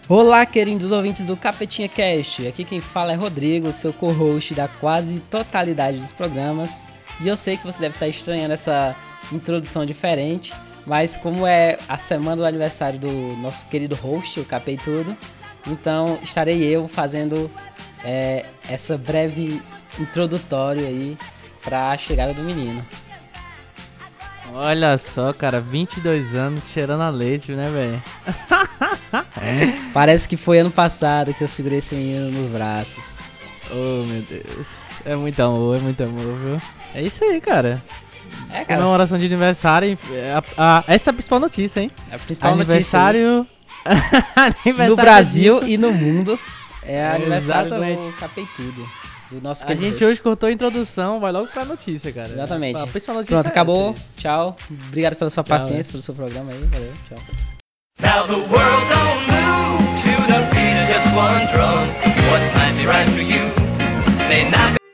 Olá, queridos ouvintes do Capetinha Cast. Aqui quem fala é Rodrigo, seu co-host da quase totalidade dos programas. E eu sei que você deve estar estranhando essa introdução diferente, mas como é a semana do aniversário do nosso querido host, o Capei Tudo, então estarei eu fazendo essa breve introdutório aí para a chegada do menino. Olha só, cara, 22 anos cheirando a leite, né, velho? Parece que foi ano passado que eu segurei esse menino nos braços. Oh, meu Deus. É muito amor, viu? É isso aí, cara. Cara. Comemoração de aniversário. Essa é a principal notícia, hein? É a principal aniversário... aniversário no Brasil e no mundo. É aniversário exatamente. do Capei Tudo. Do nosso a gente hoje cortou a introdução, vai logo pra notícia, cara. Exatamente. A principal notícia. Pronto, acabou. Tchau. Obrigado pela sua paciência, pelo seu programa aí. Valeu, tchau. Now the world don't move to the beat of just one drum. What might be right for you may not be.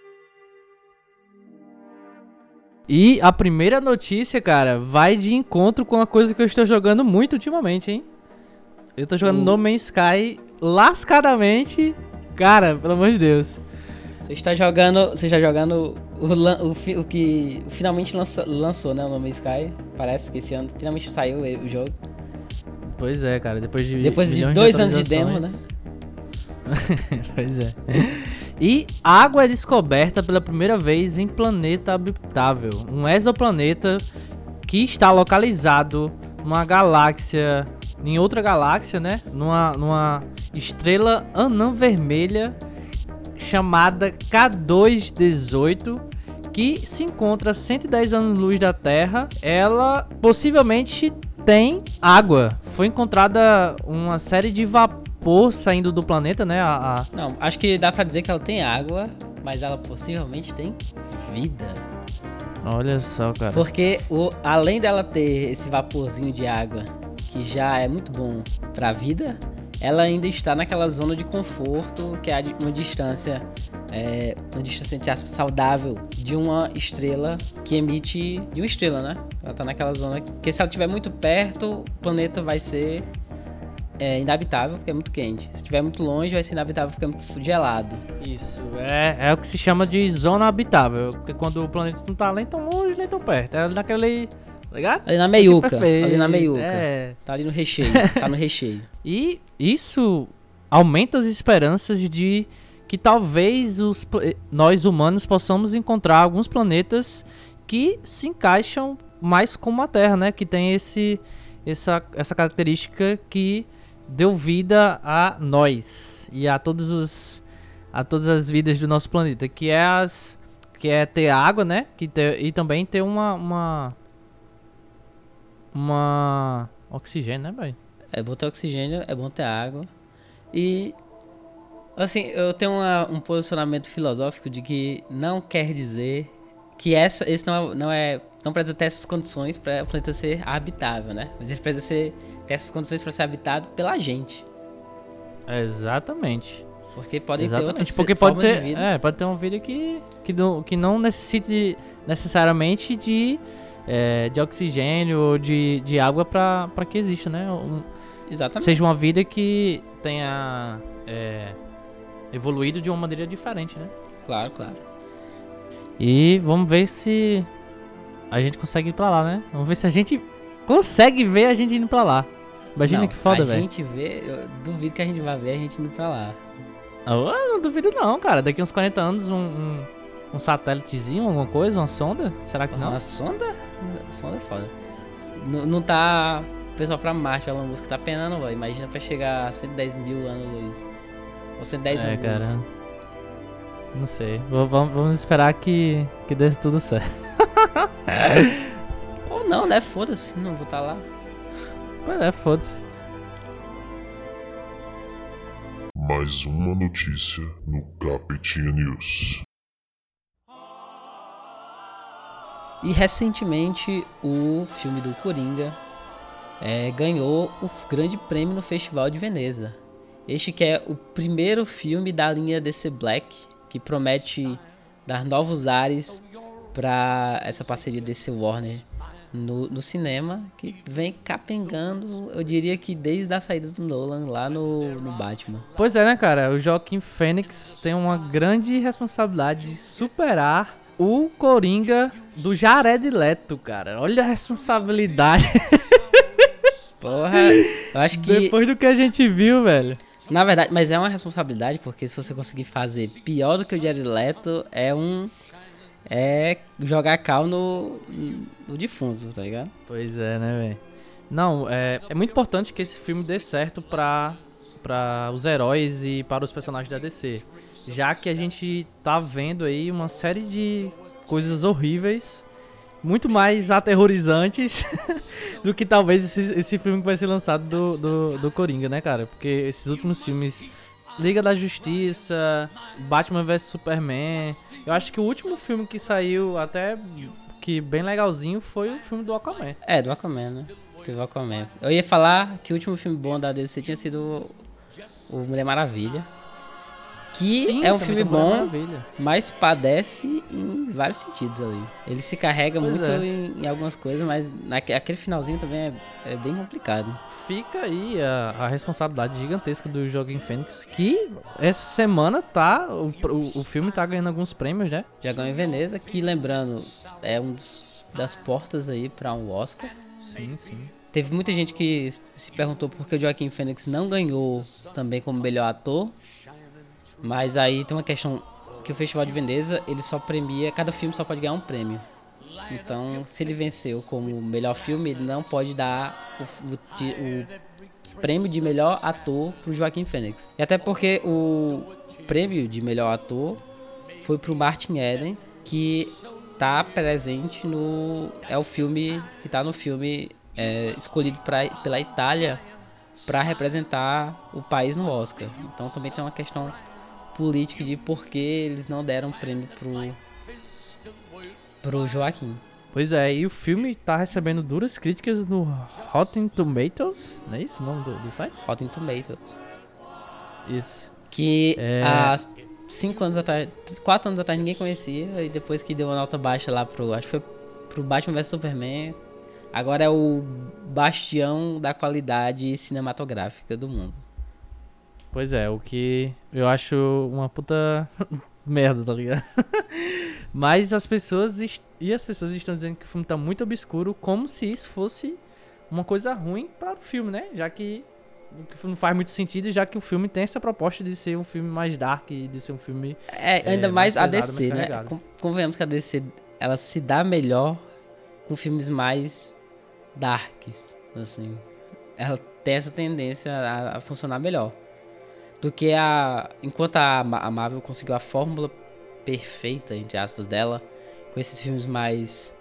E a primeira notícia, cara, vai de encontro com uma coisa que eu estou jogando muito ultimamente, hein? Eu tô jogando No Man's Sky lascadamente. Cara, pelo amor de Deus. Você está jogando o que finalmente lançou, né? O No Man's Sky. Parece que esse ano finalmente saiu o jogo. Pois é, cara, depois de 2 anos de demo, né? Pois é. E água é descoberta pela primeira vez em planeta habitável. Um exoplaneta que está localizado numa galáxia, em outra galáxia, né? Numa estrela anã vermelha chamada K2-18, que se encontra a 110 anos-luz da Terra. Ela possivelmente tem água. Foi encontrada uma série de vapor saindo do planeta, né? Não, acho que dá pra dizer que ela tem água, mas ela possivelmente tem vida. Olha só, cara. Porque além dela ter esse vaporzinho de água, que já é muito bom pra vida, ela ainda está naquela zona de conforto, que é uma distância entre aspas, saudável de uma estrela que emite de uma estrela, né? Ela tá naquela zona que se ela estiver muito perto, o planeta vai ser inabitável, porque é muito quente. Se estiver muito longe, vai ser inabitável, porque é muito gelado. Isso, é o que se chama de zona habitável, porque quando o planeta não tá nem tão longe, nem tão perto. É naquele... Ligado? Ali na meiuca. Ali na meiuca. É. Tá ali no recheio. Tá no recheio. E isso aumenta as esperanças de que talvez nós humanos possamos encontrar alguns planetas que se encaixam mais como a Terra, né? Que tem essa característica que deu vida a nós e a todas as vidas do nosso planeta, que é ter água, né? E também ter uma oxigênio, né, velho? É bom ter oxigênio, é bom ter água. E, assim, eu tenho um posicionamento filosófico de que não quer dizer que esse não precisa ter essas condições para o planeta ser habitável, né? Mas ele precisa ter essas condições para ser habitado pela gente. Exatamente. Porque podem ter outras formas de vida. Pode ter uma vida que não necessite necessariamente de oxigênio ou de água para que exista, né? Exatamente. Seja uma vida que tenha evoluído de uma maneira diferente, né? Claro, claro. E vamos ver se a gente consegue ir pra lá, né? Vamos ver se a gente consegue ver a gente indo pra lá. Imagina que foda, velho. A gente vê, eu duvido que a gente vai ver a gente indo pra lá. Eu não duvido não, cara. Daqui uns 40 anos um satélitezinho, alguma coisa, uma sonda? Será que não? Uma sonda? Sonda é foda. Não tá... O pessoal pra Marte, o Elon Musk tá penando, velho. Imagina pra chegar a 110 mil anos-luz. Ou 110 anos. Cara. Não sei. Vamos esperar que dê tudo certo. Ou não, né? Foda-se. Não vou estar lá. Pois é, foda-se. Mais uma notícia no Capetinha News. E recentemente o filme do Coringa ganhou o grande prêmio no Festival de Veneza. Este que é o primeiro filme da linha DC Black, que promete dar novos ares para essa parceria DC Warner no cinema, que vem capengando, eu diria que desde a saída do Nolan lá no Batman. Pois é, né, cara? O Joaquin Phoenix tem uma grande responsabilidade de superar o Coringa do Jared Leto, cara. Olha a responsabilidade. Porra, eu acho que... Depois do que a gente viu, velho. Na verdade, mas é uma responsabilidade, porque se você conseguir fazer pior do que o Jared Leto, é jogar cal no defunto, tá ligado? Pois é, né, velho? Não, é muito importante que esse filme dê certo pra os heróis e para os personagens da DC. Já que a gente tá vendo aí uma série de coisas horríveis, muito mais aterrorizantes do que talvez esse filme que vai ser lançado do Coringa, né, cara? Porque esses últimos filmes, Liga da Justiça, Batman vs Superman, eu acho que o último filme que saiu até que bem legalzinho foi o filme do Aquaman. É, do Aquaman, né? Teve o Aquaman. Eu ia falar que o último filme bom da DC tinha sido o Mulher Maravilha. Que Sim, é um também filme tem Mulher bom, Maravilha. mas padece em vários sentidos ali. Ele se carrega Pois muito é. em algumas coisas, mas aquele finalzinho também é bem complicado. Fica aí a responsabilidade gigantesca do Joaquin Phoenix, que essa semana o filme tá ganhando alguns prêmios, né? Já ganhou em Veneza, que lembrando, é das portas aí pra um Oscar. Sim, sim. Teve muita gente que se perguntou por que o Joaquin Phoenix não ganhou também como melhor ator. Mas aí tem uma questão que o Festival de Veneza, ele só premia, cada filme só pode ganhar um prêmio. Então, se ele venceu como melhor filme, ele não pode dar o prêmio de melhor ator pro Joaquin Phoenix. E até porque o prêmio de melhor ator foi pro Martin Eden, que tá presente é o filme que tá no filme escolhido pela Itália para representar o país no Oscar. Então também tem uma questão política de por que eles não deram prêmio pro Joaquim. Pois é, e o filme tá recebendo duras críticas no Rotten Tomatoes, não é isso o nome do site? Rotten Tomatoes. Isso. Que há 5 anos atrás, 4 anos atrás ninguém conhecia, e depois que deu uma nota baixa lá acho que foi pro Batman vs Superman, agora é o bastião da qualidade cinematográfica do mundo. Pois é, o que eu acho uma puta merda, tá ligado? Mas as pessoas estão dizendo que o filme tá muito obscuro, como se isso fosse uma coisa ruim para o filme, né? Já que não faz muito sentido, já que o filme tem essa proposta de ser um filme mais dark, de ser um filme ainda mais a pesado, DC, mais né? carregado. Convenhamos que a DC, ela se dá melhor com filmes mais darks, assim. Ela tem essa tendência a funcionar melhor do que enquanto a Marvel conseguiu a fórmula perfeita, entre aspas, dela, com esses filmes mais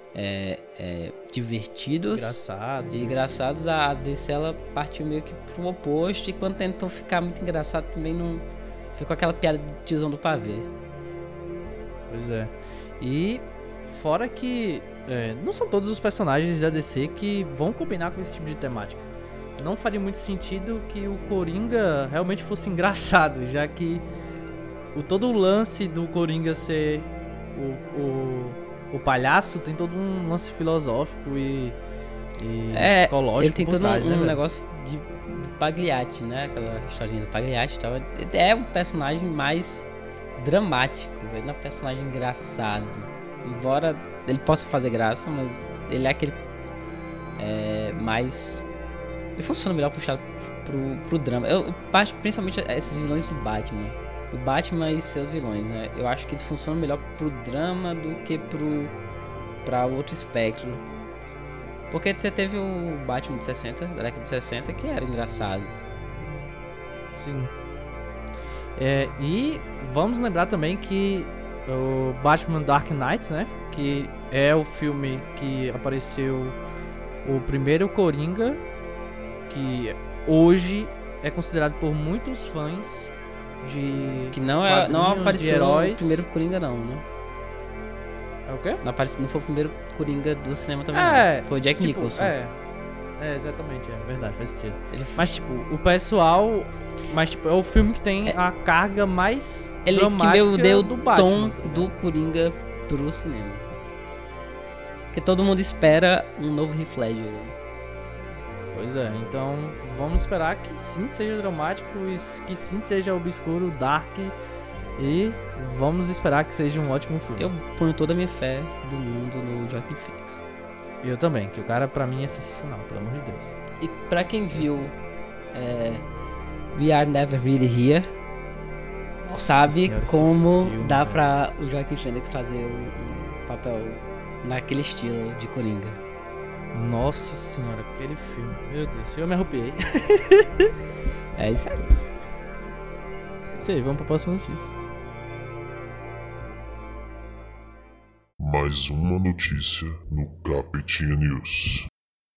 divertidos e engraçados, a DC ela partiu meio que pro oposto, e quando tentou ficar muito engraçado também não ficou aquela piada de tiozão do pavê. Pois é. E fora que não são todos os personagens da DC que vão combinar com esse tipo de temática. Não faria muito sentido que o Coringa realmente fosse engraçado, já que todo o lance do Coringa ser o palhaço tem todo um lance filosófico e psicológico. Ele tem por todo trás, né, um velho? negócio de Pagliatti, né? Aquela historinha do Pagliatti e tal. Ele é um personagem mais dramático, ele não é um personagem engraçado. Embora ele possa fazer graça, mas ele é aquele mais... Ele funciona melhor puxado pro drama. Principalmente esses vilões do Batman. O Batman e seus vilões, né? Eu acho que eles funcionam melhor pro drama do que pra outro espectro. Porque você teve o Batman de 60, da década de 60, que era engraçado. Sim. E vamos lembrar também que o Batman Dark Knight, né? Que é o filme que apareceu o primeiro Coringa, que hoje é considerado por muitos fãs de Que não quadrinhos, apareceu de heróis. no primeiro Coringa, não, né? É o quê? Não foi o primeiro Coringa do cinema também, É, não. Foi o Jack tipo, Nicholson. Exatamente, é verdade, faz sentido. Ele, Mas, tipo, o pessoal... Mas, tipo, é o filme que tem a carga mais ele que dramática meio deu do o Batman. tom tá ligado? do Coringa pro cinema, assim. Porque todo mundo espera um novo Heath Ledger. Pois é, então vamos esperar que sim seja dramático e que sim seja obscuro, dark, e vamos esperar que seja um ótimo filme. Eu ponho toda a minha fé do mundo no Joaquin Phoenix. Eu também, que o cara pra mim é sensacional, pelo amor de Deus. E pra quem viu We Are Never Really Here, Nossa sabe senhora, esse como filme, dá velho. pra o Joaquin Phoenix fazer um papel naquele estilo de Coringa. Nossa senhora, aquele filme. Meu Deus, eu me arrupiei. É isso aí. Isso aí, vamos pra próxima notícia. Mais uma notícia no Capetinha News.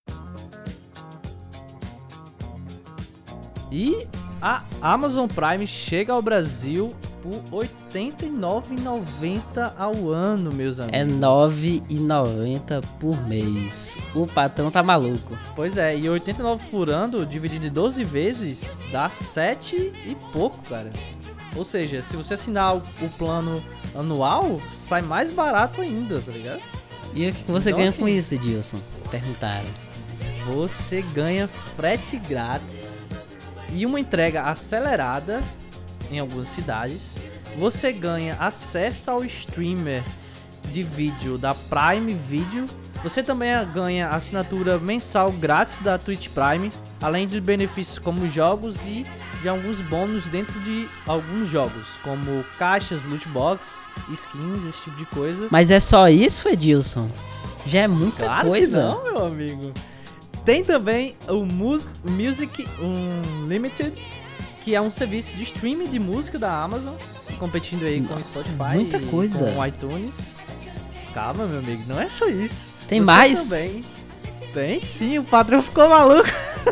E a Amazon Prime chega ao Brasil por R$ 89,90 ao ano, meus amigos. É R$ 9,90 por mês. O patrão tá maluco. Pois é, e 89 por ano, dividido em 12 vezes, dá 7 e pouco, cara. Ou seja, se você assinar o plano anual, sai mais barato ainda, tá ligado? E o que você Então, ganha assim, com isso, Edilson? Perguntaram. Você ganha frete grátis e uma entrega acelerada em algumas cidades. Você ganha acesso ao streamer de vídeo da Prime Video. Você também ganha assinatura mensal grátis da Twitch Prime, além de benefícios como jogos e de alguns bônus dentro de alguns jogos, como caixas, loot box, skins, esse tipo de coisa. Mas é só isso, Edilson? Já é muita Claro coisa. que não, meu amigo. Tem também o Music Unlimited, que é um serviço de streaming de música da Amazon, competindo aí com o Nossa, Spotify muita e coisa. com o iTunes. Calma, meu amigo, não é só isso. Tem Você mais? Também. Tem sim, o patrão ficou maluco.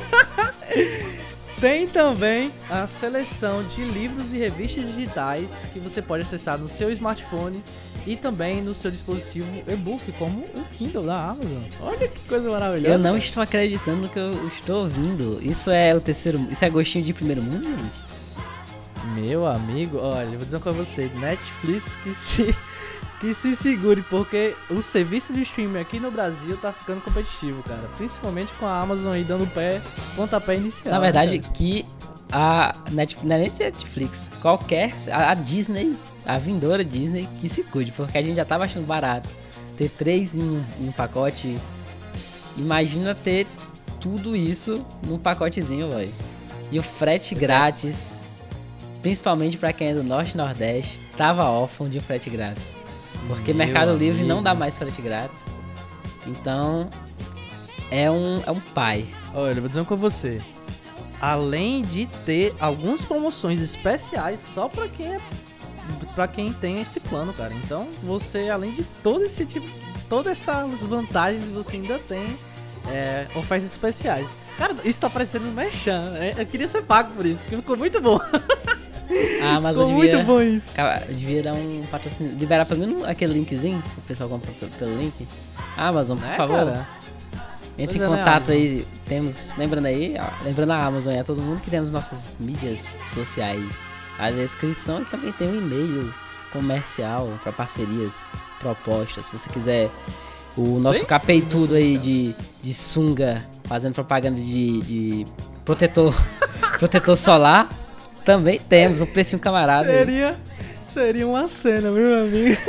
Tem também a seleção de livros e revistas digitais que você pode acessar no seu smartphone e também no seu dispositivo e-book, como o Kindle da Amazon. Olha que coisa maravilhosa. Eu não estou acreditando no que eu estou ouvindo. Isso é o terceiro. Isso é gostinho de primeiro mundo, gente? Meu amigo, olha, eu vou dizer uma coisa pra você, Netflix que se segure, porque o serviço de streaming aqui no Brasil tá ficando competitivo, cara. Principalmente com a Amazon aí dando pontapé inicial. Na verdade, né, cara? que a Netflix, não é nem Netflix, a Disney, a vindora Disney, que se cuide, porque a gente já tava achando barato ter 3 em um pacote. Imagina ter tudo isso num pacotezinho, velho. E o frete grátis, principalmente pra quem é do Norte e Nordeste, tava órfão de um frete grátis. Porque Meu Mercado Livre amigo. não dá mais frete grátis. Então, é um pai. Olha, eu vou dizer uma coisa pra você. Além de ter algumas promoções especiais só pra quem tem esse plano, cara. Então, você, além de todo esse tipo, todas essas vantagens, você ainda tem ofertas especiais. Cara, isso tá parecendo um merchan. Eu queria ser pago por isso, porque ficou muito bom. A Amazon Ficou devia, muito bom isso. devia dar um patrocínio, liberar pelo menos aquele linkzinho, o pessoal compra pelo link. Amazon, por favor, Cara? entre em Pois é, né, contato Amazon? aí. Temos, lembrando a Amazon e a todo mundo que temos nossas mídias sociais, a descrição, e também tem um e-mail comercial para parcerias, propostas. Se você quiser o nosso capeitudo aí de sunga, fazendo propaganda de protetor solar, também temos um precinho camarada aí. Seria uma cena, meu amigo.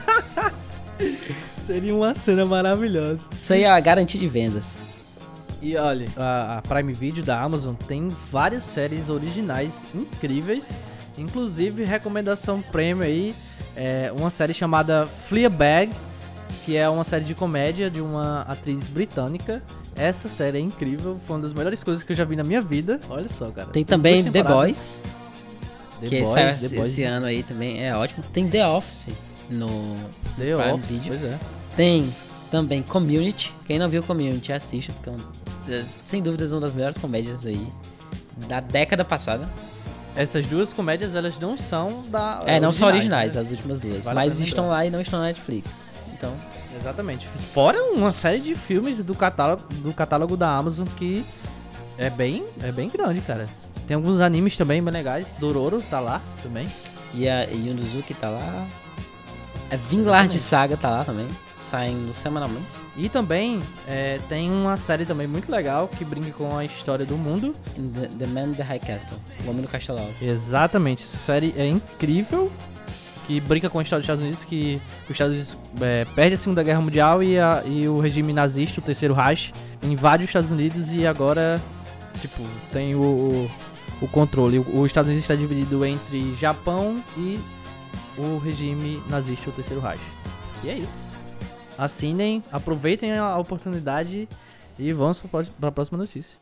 Seria uma cena maravilhosa. Isso aí é a garantia de vendas. E olha, a Prime Video da Amazon tem várias séries originais incríveis. Inclusive, recomendação premium aí, uma série chamada Fleabag, que é uma série de comédia de uma atriz britânica. Essa série é incrível, foi uma das melhores coisas que eu já vi na minha vida. Olha só, cara. Tem também duas The temporadas. Boys, que The esse Boys. ano aí também é ótimo. Tem The Office no The Prime Office, Video. pois é. Tem também Community. Quem não viu Community, assista, porque sem dúvidas uma das melhores comédias aí da década passada. Essas duas comédias, elas não são da Não são originais, né? as últimas duas. Vale a Mas pena estão lembrar. lá e não estão na Netflix. Então, Exatamente. Fora uma série de filmes do catálogo da Amazon que é bem grande, cara. Tem alguns animes também bem legais. Dororo tá lá também. e a Yunozuki tá lá. A Vinland Saga tá lá também. saindo semanalmente. E também tem uma série também muito legal que brinca com a história do mundo. The Man in the High Castle, o Homem no Castelo Alto. Exatamente, essa série é incrível, que brinca com a história dos Estados Unidos, que os Estados Unidos perde a Segunda Guerra Mundial e o regime nazista, o Terceiro Reich, invade os Estados Unidos e agora, tipo, tem o controle. Os Estados Unidos está dividido entre Japão e o regime nazista, o Terceiro Reich. E é isso. Assinem, aproveitem a oportunidade e vamos para a próxima notícia.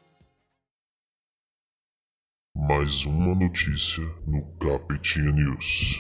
Mais uma notícia no Capetinha News.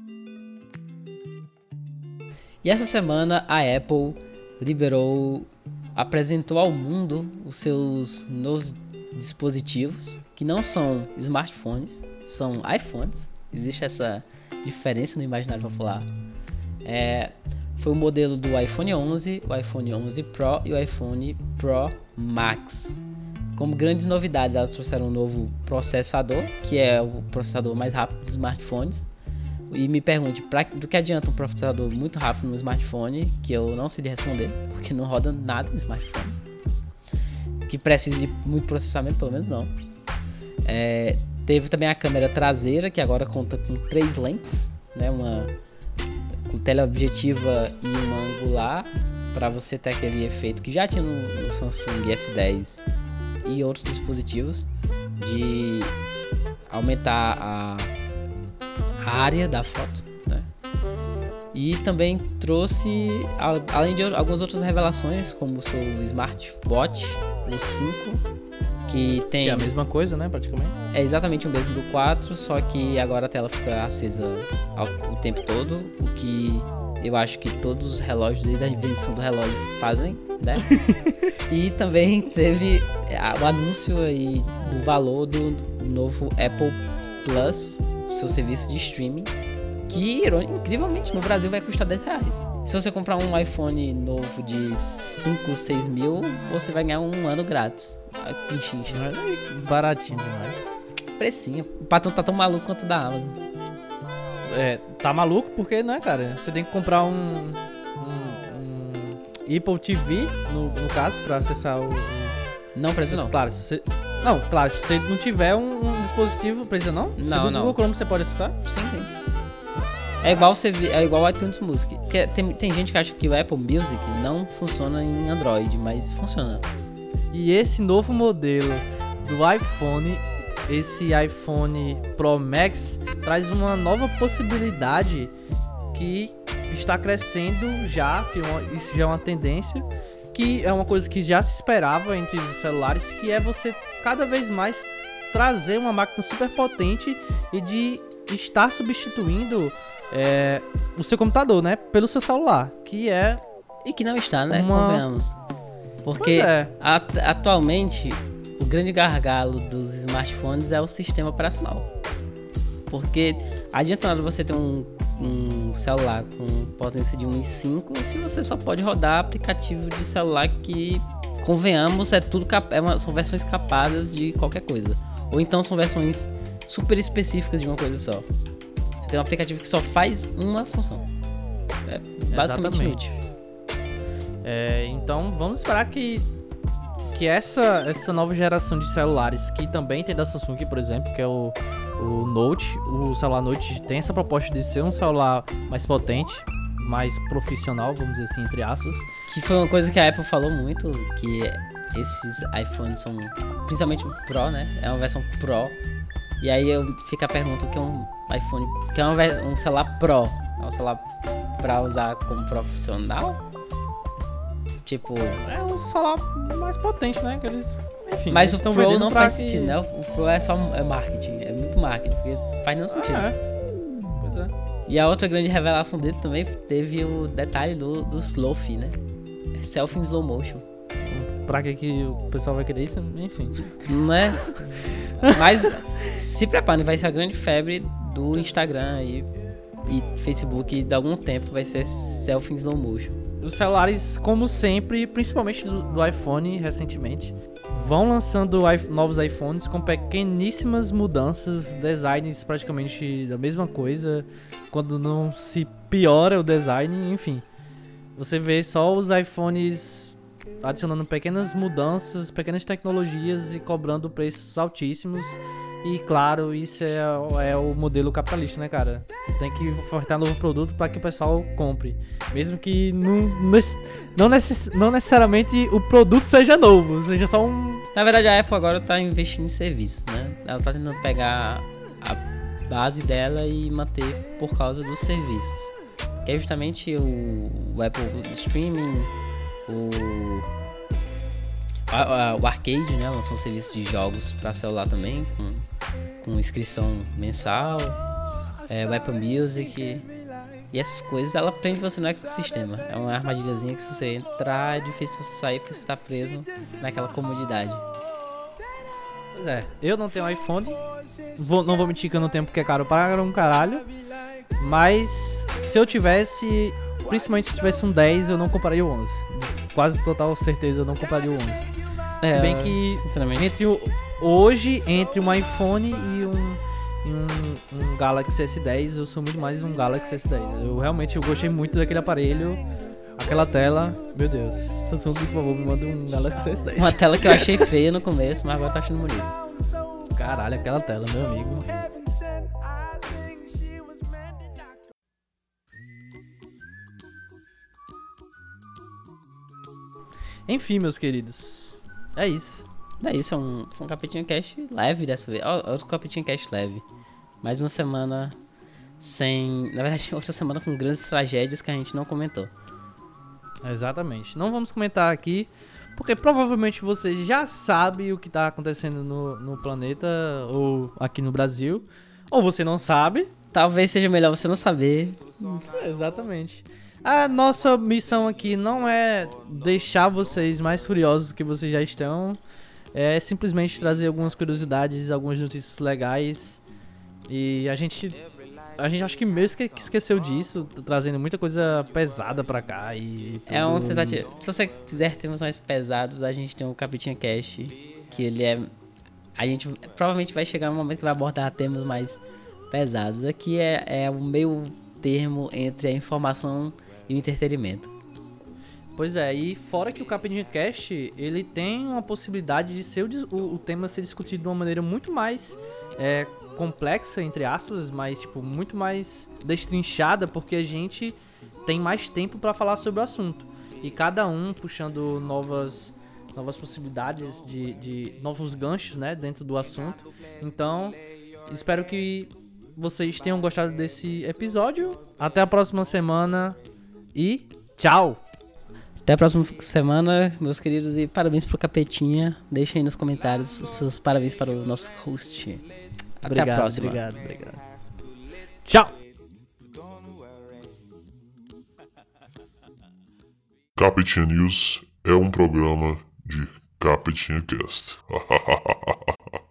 E essa semana a Apple apresentou ao mundo os seus novos dispositivos, que não são smartphones, são iPhones. Existe essa diferença no imaginário popular. Foi o modelo do iPhone 11, o iPhone 11 Pro e o iPhone Pro Max. Como grandes novidades, elas trouxeram um novo processador, que é o processador mais rápido dos smartphones. E me pergunte, do que adianta um processador muito rápido no smartphone, que eu não sei lhe responder, porque não roda nada no smartphone. Que precisa de muito processamento, pelo menos não. Teve também a câmera traseira, que agora conta com 3 lentes, né? Uma teleobjetiva e uma angular, para você ter aquele efeito que já tinha no Samsung S10 e outros dispositivos, de aumentar a área da foto, né? E também trouxe, além de algumas outras revelações, como o seu smartwatch, o 5, que tem... Que é a mesma coisa, né, praticamente. É exatamente o mesmo do 4, só que agora a tela fica acesa o tempo todo, o que eu acho que todos os relógios, desde a invenção do relógio, fazem, né? E também teve o anúncio aí do valor do novo Apple Plus, seu serviço de streaming, que incrivelmente no Brasil vai custar R$10. Se você comprar um iPhone novo de 5, 6 mil, você vai ganhar um ano grátis. Pinchincha. Baratinho demais. Precinho. O patrão tá tão maluco quanto o da Amazon. Tá maluco porque, né, cara? Você tem que comprar um Apple TV, no caso, pra acessar o... Não precisa não. Claro, se você não tiver um dispositivo, precisa não? Não. No Google Chrome você pode acessar? Sim. É igual o iTunes Music. Porque tem gente que acha que o Apple Music não funciona em Android, mas funciona. E esse novo modelo do iPhone, esse iPhone Pro Max, traz uma nova possibilidade que está crescendo já, que isso já é uma tendência, que é uma coisa que já se esperava entre os celulares, que é você cada vez mais trazer uma máquina super potente e de estar substituindo o seu computador, né, pelo seu celular, que é... E que não está, né, convenhamos. Porque atualmente o grande gargalo dos smartphones é o sistema operacional. Porque adianta nada você ter um celular com potência de 1.5 se você só pode rodar aplicativo de celular que, convenhamos, são versões capadas de qualquer coisa. Ou então são versões super específicas de uma coisa só. Você tem um aplicativo que só faz uma função. É basicamente inútil. Então vamos esperar que essa nova geração de celulares, que também tem da Samsung, por exemplo, que é o Note, o celular Note tem essa proposta de ser um celular mais potente, mais profissional, vamos dizer assim, entre aspas. Que foi uma coisa que a Apple falou muito, que esses iPhones são, principalmente o Pro, né? É uma versão Pro. E aí fica a pergunta, o que é um iPhone, que é um celular Pro? É um celular pra usar como profissional? Tipo... É um celular mais potente, né? Que eles, enfim, mas eles o Pro não faz sentido, né? O Pro é só marketing, é muito marketing, porque faz nenhum sentido. Pois é. E a outra grande revelação deles também teve o detalhe do Slow-Fi, né? É selfie em slow motion. Pra que o pessoal vai querer isso? Enfim. Não é? Mas se prepare, vai ser a grande febre do Instagram e Facebook de algum tempo, vai ser selfie em slow motion. Os celulares, como sempre, principalmente do iPhone recentemente, vão lançando novos iPhones com pequeníssimas mudanças, designs praticamente da mesma coisa, quando não se piora o design, enfim. você vê só os iPhones adicionando pequenas mudanças, pequenas tecnologias e cobrando preços altíssimos. E claro, isso é o modelo capitalista, né, cara? Tem que ofertar novo produto para que o pessoal compre. Mesmo que não necessariamente o produto seja novo, seja só um... Na verdade, a Apple agora tá investindo em serviço, né? Ela tá tentando pegar a base dela e manter por causa dos serviços. Que é justamente o Apple Streaming, o Arcade, né? Lançou um serviço de jogos para celular também, com inscrição mensal, o Apple Music. E essas coisas, ela prende você no ecossistema. É uma armadilhazinha que se você entrar, é difícil você sair porque você tá preso naquela comodidade. Pois é, eu não tenho iPhone. Não vou mentir que eu não tenho porque é caro para um caralho. Mas se eu tivesse, principalmente se tivesse um 10, eu não compraria o 11. Quase total certeza eu não compraria o 11. Se bem que, sinceramente, hoje, entre um iPhone e um Galaxy S10, eu sou muito mais um Galaxy S10. Eu gostei muito daquele aparelho, aquela tela. Meu Deus, Samsung, por favor, me manda um Galaxy S10. Uma tela que eu achei feia no começo, mas agora tá achando bonito. Caralho, aquela tela, meu amigo. Enfim, meus queridos, é isso. Foi um Capetinho Cast leve dessa vez. Outro Capetinho Cast leve. Mais uma semana sem... Na verdade, outra semana com grandes tragédias que a gente não comentou. Exatamente. Não vamos comentar aqui, porque provavelmente você já sabe o que tá acontecendo no planeta, ou aqui no Brasil. Ou você não sabe. Talvez seja melhor você não saber. Exatamente. A nossa missão aqui não é deixar vocês mais curiosos do que vocês já estão. É simplesmente trazer algumas curiosidades, algumas notícias legais. E a gente acho que mesmo que esqueceu disso, trazendo muita coisa pesada pra cá. É uma tentativa. Se você quiser temas mais pesados, a gente tem o Capitinha Cash, que ele é... A gente provavelmente vai chegar um momento que vai abordar temas mais pesados. Aqui é o meio termo entre a informação e o entretenimento. Pois é, e fora que o Capitinha Cast, ele tem uma possibilidade de ser o tema ser discutido de uma maneira muito mais complexa, entre aspas, mas tipo, muito mais destrinchada, porque a gente tem mais tempo para falar sobre o assunto. E cada um puxando novas possibilidades de novos ganchos, né, dentro do assunto. Então, espero que vocês tenham gostado desse episódio. Até a próxima semana e tchau! Até a próxima semana, meus queridos, e parabéns pro Capetinha. Deixem aí nos comentários os seus parabéns para o nosso host. Até a próxima. Obrigado. Tchau! Capitinha News é um programa de Capitinha Cast.